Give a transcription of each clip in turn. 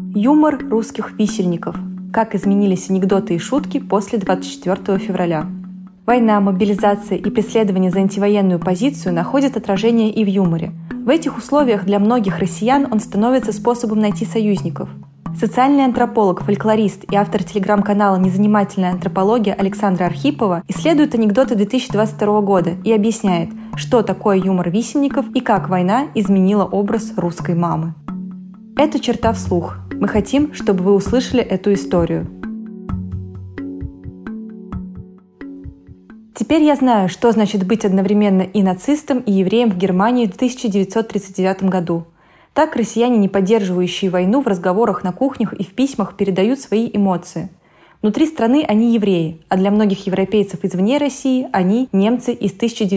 Юмор русских висельников. Как изменились анекдоты и шутки после 24 февраля. Война, мобилизация и преследование за антивоенную позицию находят отражение и в юморе. В этих условиях для многих россиян он становится способом найти союзников. Социальный антрополог, фольклорист и автор телеграм-канала «Незанимательная антропология» Александра Архипова исследует анекдоты 2022 года и объясняет, что такое юмор висельников и как война изменила образ русской мамы. Это черта вслух. Мы хотим, чтобы вы услышали эту историю. Теперь я знаю, что значит быть одновременно и нацистом, и евреем в Германии в 1939 году. Так россияне, не поддерживающие войну, в разговорах на кухнях и в письмах передают свои эмоции. Внутри страны они евреи, а для многих европейцев извне России они немцы из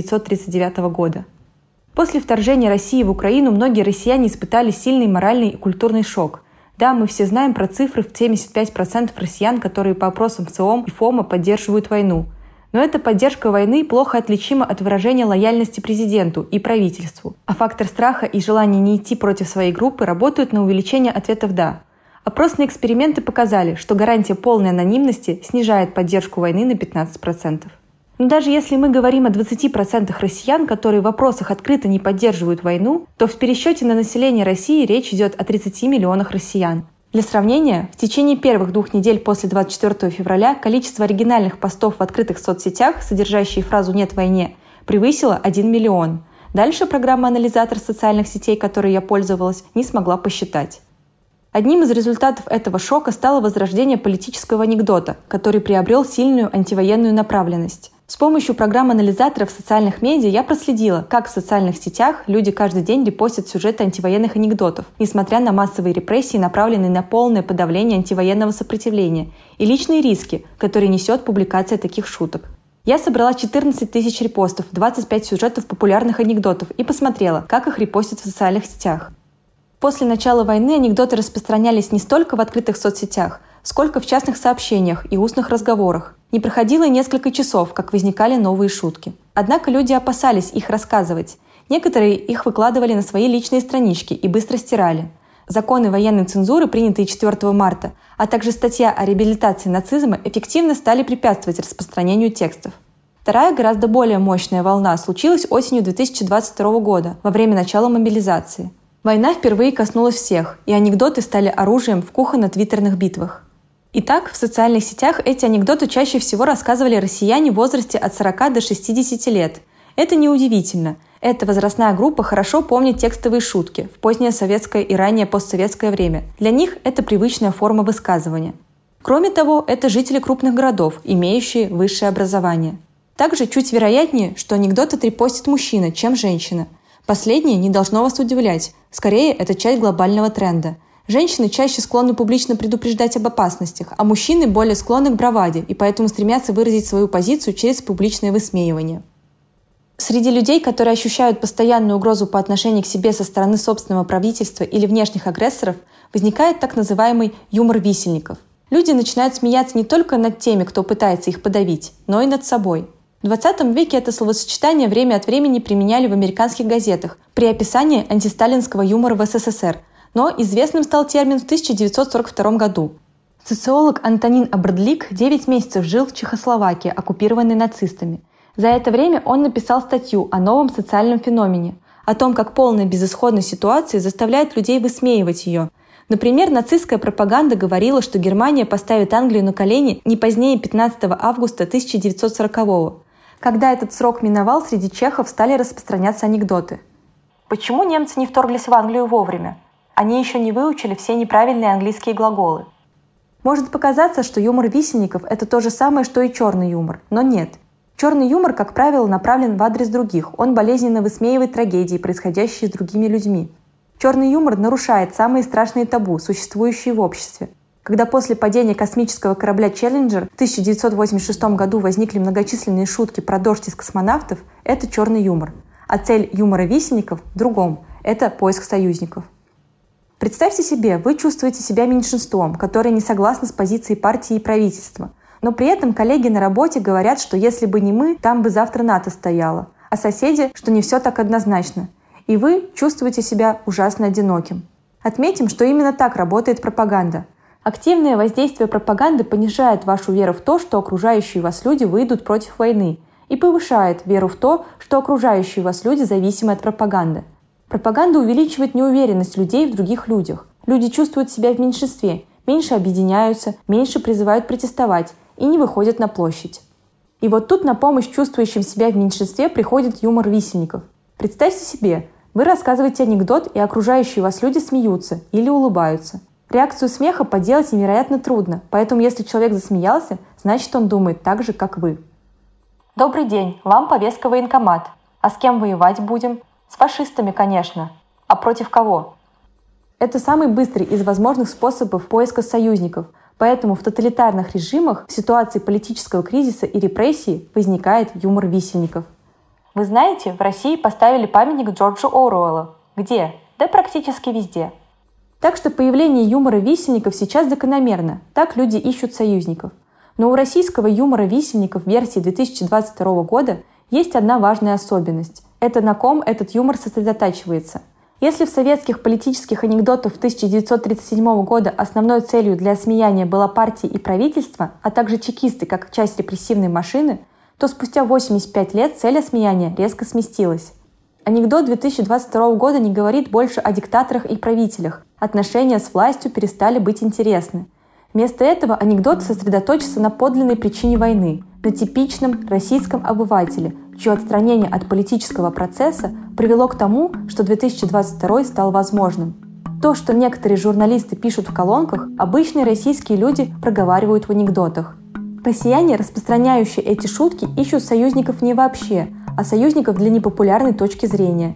1939 года. После вторжения России в Украину многие россияне испытали сильный моральный и культурный шок. Да, мы все знаем про цифры в 75% россиян, которые по опросам ЦИОМ и ФОМА поддерживают войну. Но эта поддержка войны плохо отличима от выражения лояльности президенту и правительству. А фактор страха и желания не идти против своей группы работают на увеличение ответов «да». Опросные эксперименты показали, что гарантия полной анонимности снижает поддержку войны на 15%. Но даже если мы говорим о 20% россиян, которые в вопросах открыто не поддерживают войну, то в пересчете на население России речь идет о 30 миллионах россиян. Для сравнения, в течение первых 2 недель после 24 февраля количество оригинальных постов в открытых соцсетях, содержащие фразу «нет войне», превысило 1 миллион. Дальше программа-анализатор социальных сетей, которой я пользовалась, не смогла посчитать. Одним из результатов этого шока стало возрождение политического анекдота, который приобрел сильную антивоенную направленность. С помощью программ-анализатора в социальных медиа я проследила, как в социальных сетях люди каждый день репостят сюжеты антивоенных анекдотов, несмотря на массовые репрессии, направленные на полное подавление антивоенного сопротивления, и личные риски, которые несет публикация таких шуток. Я собрала 14 тысяч репостов, 25 сюжетов популярных анекдотов и посмотрела, как их репостят в социальных сетях. После начала войны анекдоты распространялись не столько в открытых соцсетях, сколько в частных сообщениях и устных разговорах. Не проходило и несколько часов, как возникали новые шутки. Однако люди опасались их рассказывать. Некоторые их выкладывали на свои личные странички и быстро стирали. Законы военной цензуры, принятые 4 марта, а также статья о реабилитации нацизма эффективно стали препятствовать распространению текстов. Вторая, гораздо более мощная волна случилась осенью 2022 года, во время начала мобилизации. Война впервые коснулась всех, и анекдоты стали оружием в кухонно-твиттерных битвах. Итак, в социальных сетях эти анекдоты чаще всего рассказывали россияне в возрасте от 40 до 60 лет. Это неудивительно. Эта возрастная группа хорошо помнит текстовые шутки в позднее советское и раннее постсоветское время. Для них это привычная форма высказывания. Кроме того, это жители крупных городов, имеющие высшее образование. Также чуть вероятнее, что анекдот отрепостит мужчина, чем женщина. Последнее не должно вас удивлять. Скорее, это часть глобального тренда. Женщины чаще склонны публично предупреждать об опасностях, а мужчины более склонны к браваде и поэтому стремятся выразить свою позицию через публичное высмеивание. Среди людей, которые ощущают постоянную угрозу по отношению к себе со стороны собственного правительства или внешних агрессоров, возникает так называемый юмор висельников. Люди начинают смеяться не только над теми, кто пытается их подавить, но и над собой. В 20 веке это словосочетание время от времени применяли в американских газетах при описании антисталинского юмора в СССР, но известным стал термин в 1942 году. Социолог Антонин Абрдлик 9 месяцев жил в Чехословакии, оккупированной нацистами. За это время он написал статью о новом социальном феномене, о том, как полная безысходность ситуации заставляет людей высмеивать ее. Например, нацистская пропаганда говорила, что Германия поставит Англию на колени не позднее 15 августа 1940-го. Когда этот срок миновал, среди чехов стали распространяться анекдоты. Почему немцы не вторглись в Англию вовремя? Они еще не выучили все неправильные английские глаголы. Может показаться, что юмор висельников – это то же самое, что и черный юмор, но нет. Черный юмор, как правило, направлен в адрес других, он болезненно высмеивает трагедии, происходящие с другими людьми. Черный юмор нарушает самые страшные табу, существующие в обществе. Когда после падения космического корабля «Челленджер» в 1986 году возникли многочисленные шутки про дождь из космонавтов, это черный юмор. А цель юмора висельников в другом – это поиск союзников. Представьте себе, вы чувствуете себя меньшинством, которое не согласно с позицией партии и правительства. Но при этом коллеги на работе говорят, что если бы не мы, там бы завтра НАТО стояло. А соседи, что не все так однозначно. И вы чувствуете себя ужасно одиноким. Отметим, что именно так работает пропаганда. Активное воздействие пропаганды понижает вашу веру в то, что окружающие вас люди выйдут против войны, и повышает веру в то, что окружающие вас люди зависимы от пропаганды. Пропаганда увеличивает неуверенность людей в других людях. Люди чувствуют себя в меньшинстве, меньше объединяются, меньше призывают протестовать и не выходят на площадь. И вот тут на помощь чувствующим себя в меньшинстве приходит юмор висельников. Представьте себе, вы рассказываете анекдот, и окружающие вас люди смеются или улыбаются. Реакцию смеха поделать невероятно трудно, поэтому если человек засмеялся, значит он думает так же, как вы. Добрый день, вам повестка в военкомат. А с кем воевать будем? С фашистами, конечно. А против кого? Это самый быстрый из возможных способов поиска союзников, поэтому в тоталитарных режимах в ситуации политического кризиса и репрессий возникает юмор висельников. Вы знаете, в России поставили памятник Джорджу Оруэллу. Где? Да практически везде. Так что появление юмора висельников сейчас закономерно, так люди ищут союзников. Но у российского юмора висельников версии 2022 года есть одна важная особенность. Это на ком этот юмор сосредотачивается. Если в советских политических анекдотах 1937 года основной целью для осмеяния была партия и правительство, а также чекисты как часть репрессивной машины, то спустя 85 лет цель осмеяния резко сместилась. Анекдот 2022 года не говорит больше о диктаторах и правителях. Отношения с властью перестали быть интересны. Вместо этого анекдот сосредоточится на подлинной причине войны, на типичном российском обывателе, чье отстранение от политического процесса привело к тому, что 2022 стал возможным. То, что некоторые журналисты пишут в колонках, обычные российские люди проговаривают в анекдотах. Россияне, распространяющие эти шутки, ищут союзников не вообще, а союзников для непопулярной точки зрения.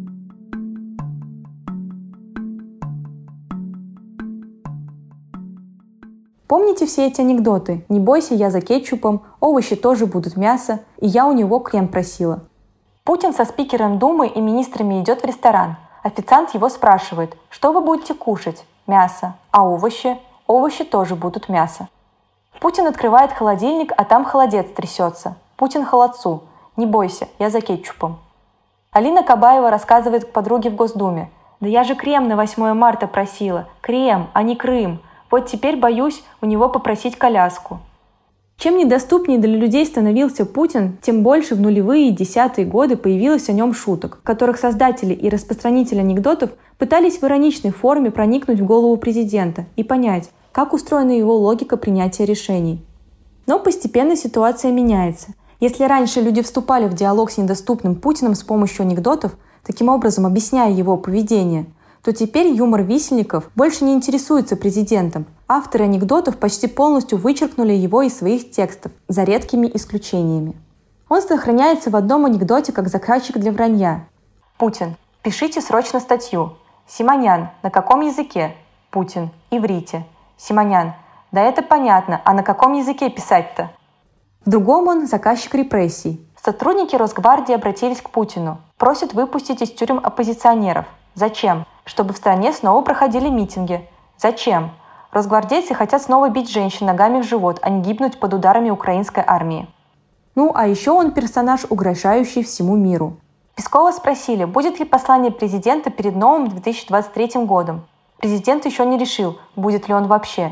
Помните все эти анекдоты? «Не бойся, я за кетчупом», «Овощи тоже будут мясо», и «Я у него крем просила». Путин со спикером Думы и министрами идет в ресторан. Официант его спрашивает: «Что вы будете кушать?» «Мясо». «А овощи?» «Овощи тоже будут мясо». Путин открывает холодильник, а там холодец трясется. Путин холодцу: «Не бойся, я за кетчупом». Алина Кабаева рассказывает к подруге в Госдуме: «Да я же крем на 8 марта просила. Крем, а не Крым. Вот теперь боюсь у него попросить коляску». Чем недоступнее для людей становился Путин, тем больше в нулевые и десятые годы появилось о нем шуток, в которых создатели и распространители анекдотов пытались в ироничной форме проникнуть в голову президента и понять, как устроена его логика принятия решений. Но постепенно ситуация меняется. Если раньше люди вступали в диалог с недоступным Путиным с помощью анекдотов, таким образом объясняя его поведение, то теперь юмор висельников больше не интересуется президентом. Авторы анекдотов почти полностью вычеркнули его из своих текстов, за редкими исключениями. Он сохраняется в одном анекдоте как заказчик для вранья. Путин: «Пишите срочно статью». Симонян: «На каком языке?» Путин: «Иврите». Симонян: «Да это понятно, а на каком языке писать-то?» В другом он заказчик репрессий. Сотрудники Росгвардии обратились к Путину. Просят выпустить из тюрем оппозиционеров. Зачем? Чтобы в стране снова проходили митинги. Зачем? Росгвардейцы хотят снова бить женщин ногами в живот, а не гибнуть под ударами украинской армии. Ну, а еще он персонаж, угрожающий всему миру. Пескова спросили, будет ли послание президента перед новым 2023 годом. Президент еще не решил, будет ли он вообще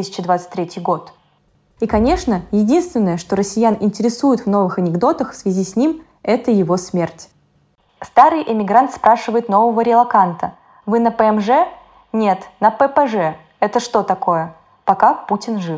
2023 год. И, конечно, единственное, что россиян интересует в новых анекдотах в связи с ним, это его смерть. Старый эмигрант спрашивает нового релоканта: «Вы на ПМЖ?» «Нет, на ППЖ. Это что такое?» «Пока Путин жив».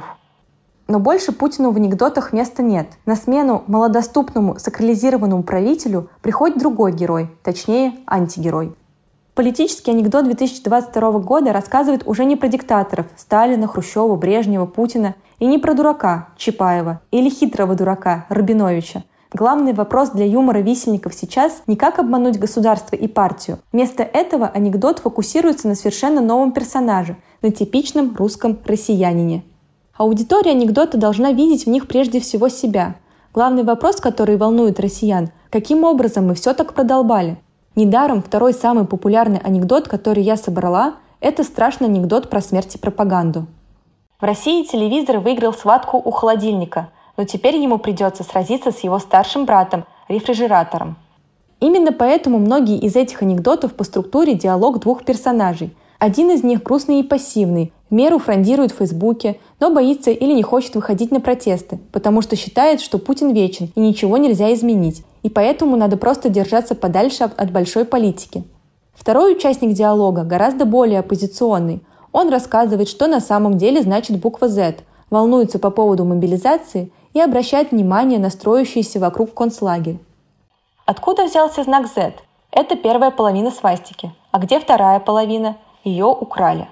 Но больше Путину в анекдотах места нет. На смену малодоступному сакрализированному правителю приходит другой герой, точнее антигерой. Политический анекдот 2022 года рассказывает уже не про диктаторов Сталина, Хрущева, Брежнева, Путина, и не про дурака Чапаева или хитрого дурака Рабиновича. Главный вопрос для юмора висельников сейчас не как обмануть государство и партию. Вместо этого анекдот фокусируется на совершенно новом персонаже, на типичном русском россиянине. Аудитория анекдота должна видеть в них прежде всего себя. Главный вопрос, который волнует россиян: каким образом мы все так продолбали? Недаром второй самый популярный анекдот, который я собрала, это страшный анекдот про смерть и пропаганду. В России телевизор выиграл схватку у холодильника, но теперь ему придется сразиться с его старшим братом, рефрижератором. Именно поэтому многие из этих анекдотов по структуре диалог двух персонажей. Один из них грустный и пассивный, в меру фрондирует в Фейсбуке, но боится или не хочет выходить на протесты, потому что считает, что Путин вечен и ничего нельзя изменить, и поэтому надо просто держаться подальше от большой политики. Второй участник диалога гораздо более оппозиционный. Он рассказывает, что на самом деле значит буква «Z», волнуется по поводу мобилизации и обращает внимание на строящийся вокруг концлагерь. Откуда взялся знак Z? Это первая половина свастики. А где вторая половина? Ее украли.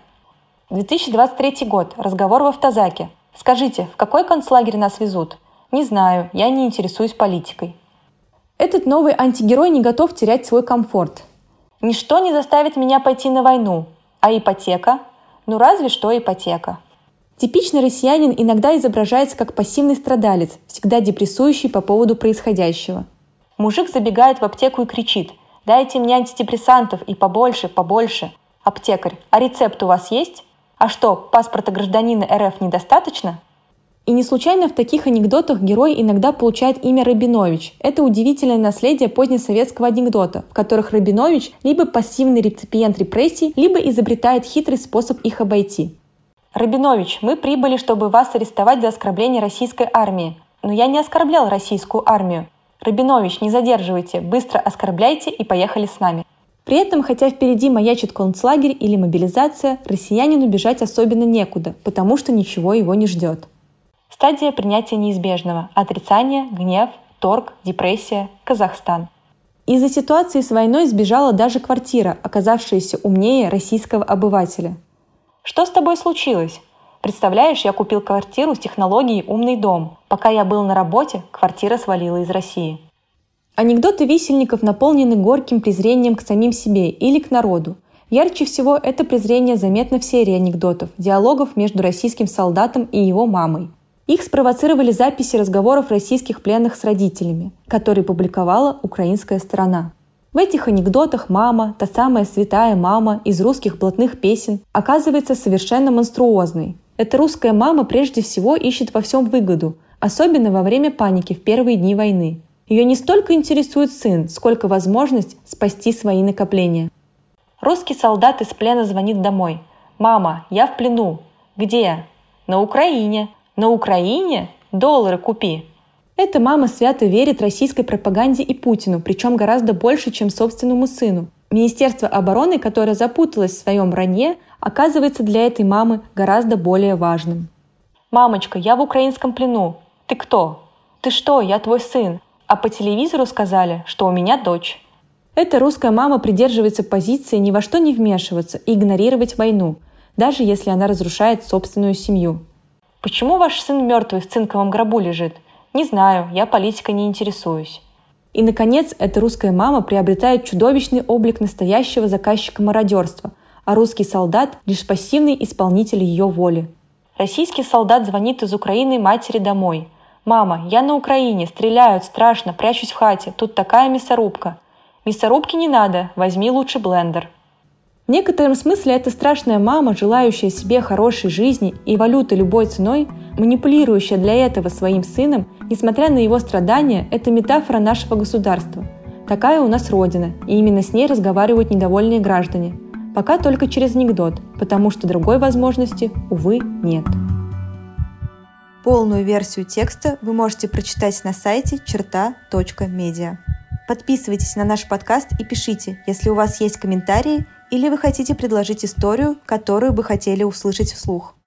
2023 год. Разговор в автозаке. Скажите, в какой концлагерь нас везут? Не знаю, я не интересуюсь политикой. Этот новый антигерой не готов терять свой комфорт. Ничто не заставит меня пойти на войну. А ипотека? Ну разве что ипотека. Типичный россиянин иногда изображается как пассивный страдалец, всегда депрессующий по поводу происходящего. Мужик забегает в аптеку и кричит: «Дайте мне антидепрессантов и побольше, побольше». Аптекарь: «А рецепт у вас есть? А что, паспорта гражданина РФ недостаточно?» И не случайно в таких анекдотах герой иногда получает имя Рабинович. Это удивительное наследие позднесоветского анекдота, в которых Рабинович либо пассивный реципиент репрессий, либо изобретает хитрый способ их обойти. «Рабинович, мы прибыли, чтобы вас арестовать за оскорбление российской армии. Но я не оскорблял российскую армию. Рабинович, не задерживайте, быстро оскорбляйте и поехали с нами». При этом, хотя впереди маячит концлагерь или мобилизация, россиянину бежать особенно некуда, потому что ничего его не ждет. Стадия принятия неизбежного. Отрицание, гнев, торг, депрессия, Казахстан. Из-за ситуации с войной сбежала даже квартира, оказавшаяся умнее российского обывателя. «Что с тобой случилось? Представляешь, я купил квартиру с технологией «Умный дом». Пока я был на работе, квартира свалила из России». Анекдоты висельников наполнены горьким презрением к самим себе или к народу. Ярче всего это презрение заметно в серии анекдотов, диалогов между российским солдатом и его мамой. Их спровоцировали записи разговоров российских пленных с родителями, которые публиковала украинская сторона. В этих анекдотах мама, та самая святая мама из русских блатных песен, оказывается совершенно монструозной. Эта русская мама прежде всего ищет во всем выгоду, особенно во время паники в первые дни войны. Ее не столько интересует сын, сколько возможность спасти свои накопления. Русский солдат из плена звонит домой. «Мама, я в плену». «Где?» «На Украине». «На Украине? Доллары купи». Эта мама свято верит российской пропаганде и Путину, причем гораздо больше, чем собственному сыну. Министерство обороны, которое запуталось в своем вранье, оказывается для этой мамы гораздо более важным. «Мамочка, я в украинском плену». «Ты кто?» «Ты что, я твой сын. А по телевизору сказали, что у меня дочь». Эта русская мама придерживается позиции ни во что не вмешиваться и игнорировать войну, даже если она разрушает собственную семью. «Почему ваш сын мертвый в цинковом гробу лежит?» «Не знаю, я политикой не интересуюсь». И, наконец, эта русская мама приобретает чудовищный облик настоящего заказчика мародерства, а русский солдат – лишь пассивный исполнитель ее воли. Российский солдат звонит из Украины матери домой. «Мама, я на Украине, стреляют, страшно, прячусь в хате, тут такая мясорубка». «Мясорубки не надо, возьми лучше блендер». В некотором смысле эта страшная мама, желающая себе хорошей жизни и валюты любой ценой, манипулирующая для этого своим сыном, несмотря на его страдания, это метафора нашего государства. Такая у нас Родина, и именно с ней разговаривают недовольные граждане. Пока только через анекдот, потому что другой возможности, увы, нет. Полную версию текста вы можете прочитать на сайте черта.медиа. Подписывайтесь на наш подкаст и пишите, если у вас есть комментарии или вы хотите предложить историю, которую бы хотели услышать вслух.